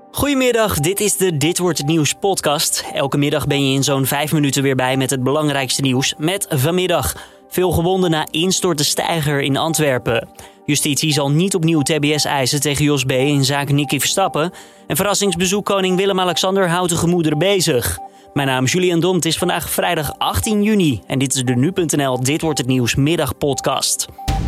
Goedemiddag, dit is de Dit Wordt Het Nieuws podcast. Elke middag ben je in zo'n 5 minuten weer bij met het belangrijkste nieuws. Met vanmiddag veel gewonden na instorten steiger in Antwerpen. Justitie zal niet opnieuw TBS eisen tegen Jos B. in zaak Nicky Verstappen. En verrassingsbezoek koning Willem-Alexander houdt de gemoederen bezig. Mijn naam is Julian Dom, het is vandaag vrijdag 18 juni. En dit is de Nu.nl Dit Wordt Het Nieuws middagpodcast.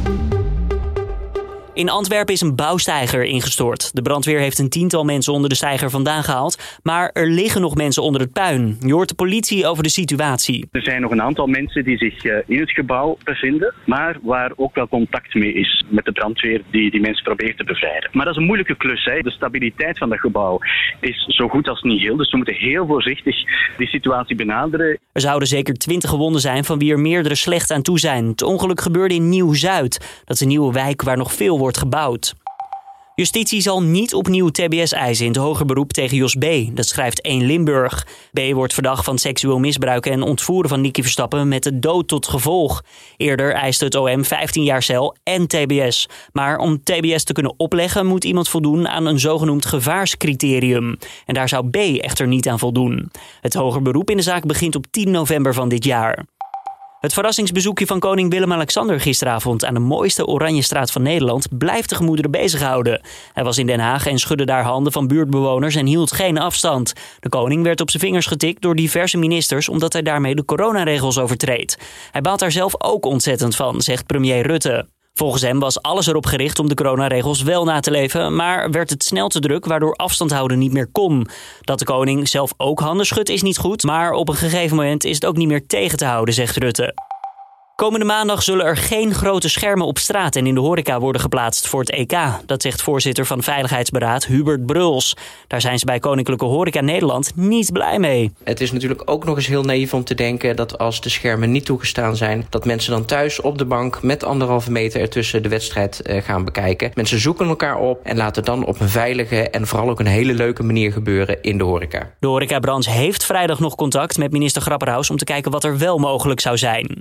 In Antwerpen is een bouwsteiger ingestort. De brandweer heeft een 10-tal mensen onder de steiger vandaan gehaald. Maar er liggen nog mensen onder het puin. Je hoort de politie over de situatie. Er zijn nog een aantal mensen die zich in het gebouw bevinden. Maar waar ook wel contact mee is met de brandweer die mensen probeert te bevrijden. Maar dat is een moeilijke klus. Hè. De stabiliteit van dat gebouw is zo goed als niet heel. Dus we moeten heel voorzichtig die situatie benaderen. Er zouden zeker 20 gewonden zijn, van wie er meerdere slecht aan toe zijn. Het ongeluk gebeurde in Nieuw-Zuid. Dat is een nieuwe wijk waar nog veel wordt gebouwd. Justitie zal niet opnieuw TBS eisen in het hoger beroep tegen Jos B. Dat schrijft 1 Limburg. B. wordt verdacht van seksueel misbruik en ontvoeren van Nicky Verstappen met de dood tot gevolg. Eerder eiste het OM 15 jaar cel en TBS. Maar om TBS te kunnen opleggen moet iemand voldoen aan een zogenoemd gevaarscriterium. En daar zou B. echter niet aan voldoen. Het hoger beroep in de zaak begint op 10 november van dit jaar. Het verrassingsbezoekje van koning Willem-Alexander gisteravond aan de mooiste Oranjestraat van Nederland blijft de gemoederen bezighouden. Hij was in Den Haag en schudde daar handen van buurtbewoners en hield geen afstand. De koning werd op zijn vingers getikt door diverse ministers omdat hij daarmee de coronaregels overtreedt. Hij baalt daar zelf ook ontzettend van, zegt premier Rutte. Volgens hem was alles erop gericht om de coronaregels wel na te leven, maar werd het snel te druk waardoor afstand houden niet meer kon. Dat de koning zelf ook handen schudt is niet goed, maar op een gegeven moment is het ook niet meer tegen te houden, zegt Rutte. Komende maandag zullen er geen grote schermen op straat en in de horeca worden geplaatst voor het EK. Dat zegt voorzitter van Veiligheidsberaad Hubert Bruls. Daar zijn ze bij Koninklijke Horeca Nederland niet blij mee. Het is natuurlijk ook nog eens heel naïef om te denken dat als de schermen niet toegestaan zijn, dat mensen dan thuis op de bank met 1,5 meter ertussen de wedstrijd gaan bekijken. Mensen zoeken elkaar op en laten dan op een veilige en vooral ook een hele leuke manier gebeuren in de horeca. De horecabranche heeft vrijdag nog contact met minister Grapperhaus om te kijken wat er wel mogelijk zou zijn.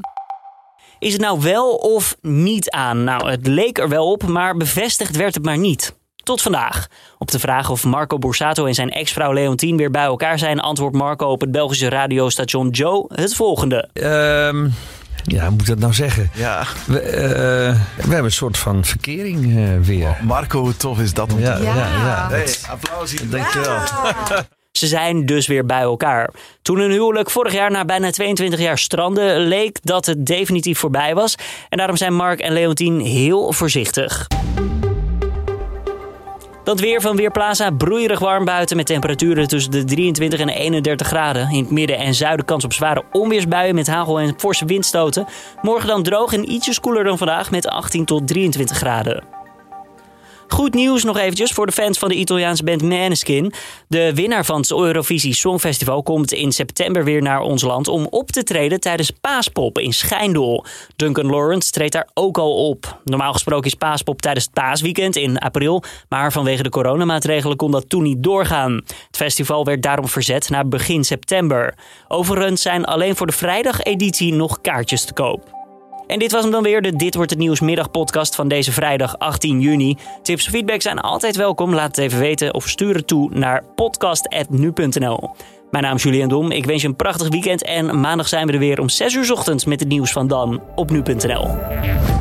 Is het nou wel of niet aan? Nou, het leek er wel op, maar bevestigd werd het maar niet. Tot vandaag. Op de vraag of Marco Borsato en zijn ex-vrouw Leontien weer bij elkaar zijn, antwoordt Marco op het Belgische radiostation Joe het volgende. Ja, hoe moet ik dat nou zeggen? Ja. We hebben een soort van verkering weer. Marco, hoe tof is dat om te doen? Ja. Hey, applaus hier. Dankjewel. Ze zijn dus weer bij elkaar. Toen hun huwelijk vorig jaar na bijna 22 jaar strandde, leek dat het definitief voorbij was. En daarom zijn Mark en Leontien heel voorzichtig. Dat weer van Weerplaza, broeierig warm buiten met temperaturen tussen de 23 en 31 graden. In het midden en zuiden kans op zware onweersbuien met hagel en forse windstoten. Morgen dan droog en ietsjes koeler dan vandaag met 18 tot 23 graden. Goed nieuws nog eventjes voor de fans van de Italiaanse band Måneskin. De winnaar van het Eurovisie Songfestival komt in september weer naar ons land om op te treden tijdens Paaspop in Schijndel. Duncan Lawrence treedt daar ook al op. Normaal gesproken is Paaspop tijdens het paasweekend in april, maar vanwege de coronamaatregelen kon dat toen niet doorgaan. Het festival werd daarom verzet naar begin september. Overigens zijn alleen voor de vrijdageditie nog kaartjes te koop. En dit was hem dan weer, de Dit Wordt Het Nieuws middagpodcast van deze vrijdag 18 juni. Tips en feedback zijn altijd welkom. Laat het even weten of stuur het toe naar podcast@nu.nl. Mijn naam is Julian Dom. Ik wens je een prachtig weekend en maandag zijn we er weer om 6 uur 's ochtends met het nieuws van dan op nu.nl.